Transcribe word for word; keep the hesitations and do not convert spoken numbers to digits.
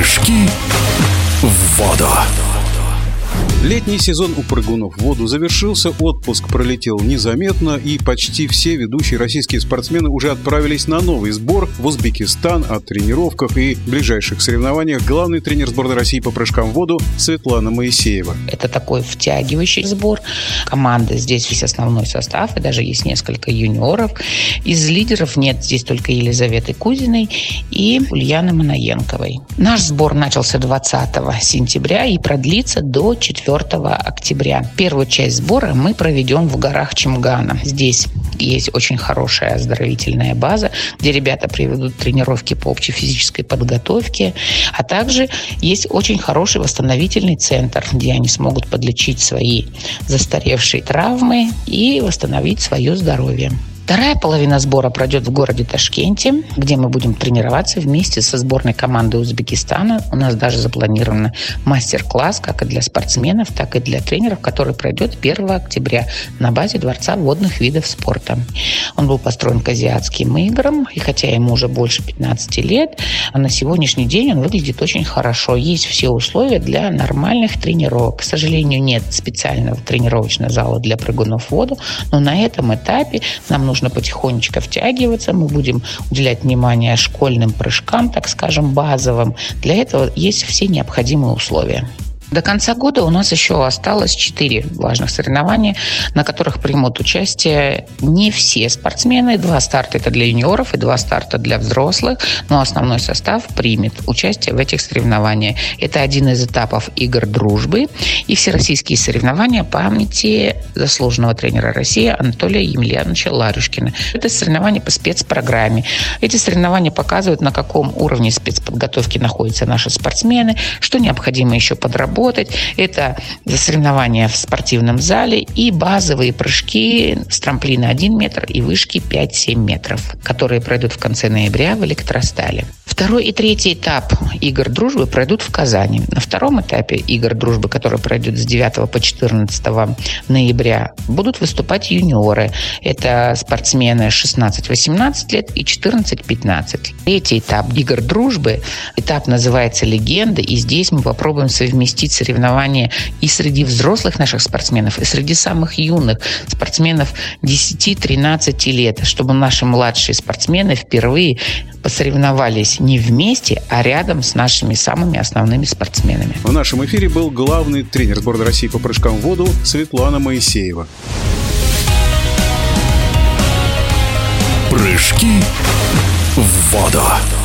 Прыжки в воду. Летний сезон у прыгунов в воду завершился, отпуск пролетел незаметно, и почти все ведущие российские спортсмены уже отправились на новый сбор в Узбекистан. О тренировках и ближайших соревнованиях главный тренер сборной России по прыжкам в воду Светлана Моисеева. Это такой втягивающий сбор. Команда здесь весь основной состав, и даже есть несколько юниоров. Из лидеров нет здесь только Елизаветы Кузиной и Ульяны Манаенковой. Наш сбор начался двадцатого сентября и продлится до четвёртого октября. Первую часть сбора мы проведем в горах Чимгана. Здесь есть очень хорошая оздоровительная база, где ребята проведут тренировки по общей физической подготовке, а также есть очень хороший восстановительный центр, где они смогут подлечить свои застаревшие травмы и восстановить свое здоровье. Вторая половина сбора пройдет в городе Ташкенте, где мы будем тренироваться вместе со сборной командой Узбекистана. У нас даже запланирован мастер-класс как и для спортсменов, так и для тренеров, который пройдет первого октября на базе Дворца водных видов спорта. Он был построен к азиатским играм, и хотя ему уже больше пятнадцати лет, на сегодняшний день он выглядит очень хорошо. Есть все условия для нормальных тренировок. К сожалению, нет специального тренировочного зала для прыгунов в воду, но на этом этапе нам нужно Нужно потихонечку втягиваться. Мы будем уделять внимание школьным прыжкам, так скажем, базовым. Для этого есть все необходимые условия. До конца года у нас еще осталось четыре важных соревнования, на которых примут участие не все спортсмены. Два старта это для юниоров и два старта для взрослых, но основной состав примет участие в этих соревнованиях. Это один из этапов игр дружбы и всероссийские соревнования памяти заслуженного тренера России Анатолия Емельяновича Ларюшкина. Это соревнования по спецпрограмме. Эти соревнования показывают, на каком уровне спецподготовки находятся наши спортсмены, что необходимо еще подработать. Это соревнования в спортивном зале и базовые прыжки с трамплина один метр и вышки пять-семь метров, которые пройдут в конце ноября в Электростале. Второй и третий этап игр дружбы пройдут в Казани. На втором этапе игр дружбы, который пройдет с девятого по четырнадцатое ноября, будут выступать юниоры. Это спортсмены шестнадцать-восемнадцать лет и четырнадцать-пятнадцать. Третий этап игр дружбы, этап называется «Легенда», и здесь мы попробуем совместить соревнования и среди взрослых наших спортсменов, и среди самых юных спортсменов десяти-тринадцати лет, чтобы наши младшие спортсмены впервые посоревновались не вместе, а рядом с нашими самыми основными спортсменами. В нашем эфире был главный тренер сборной России по прыжкам в воду Светлана Моисеева. Прыжки в воду.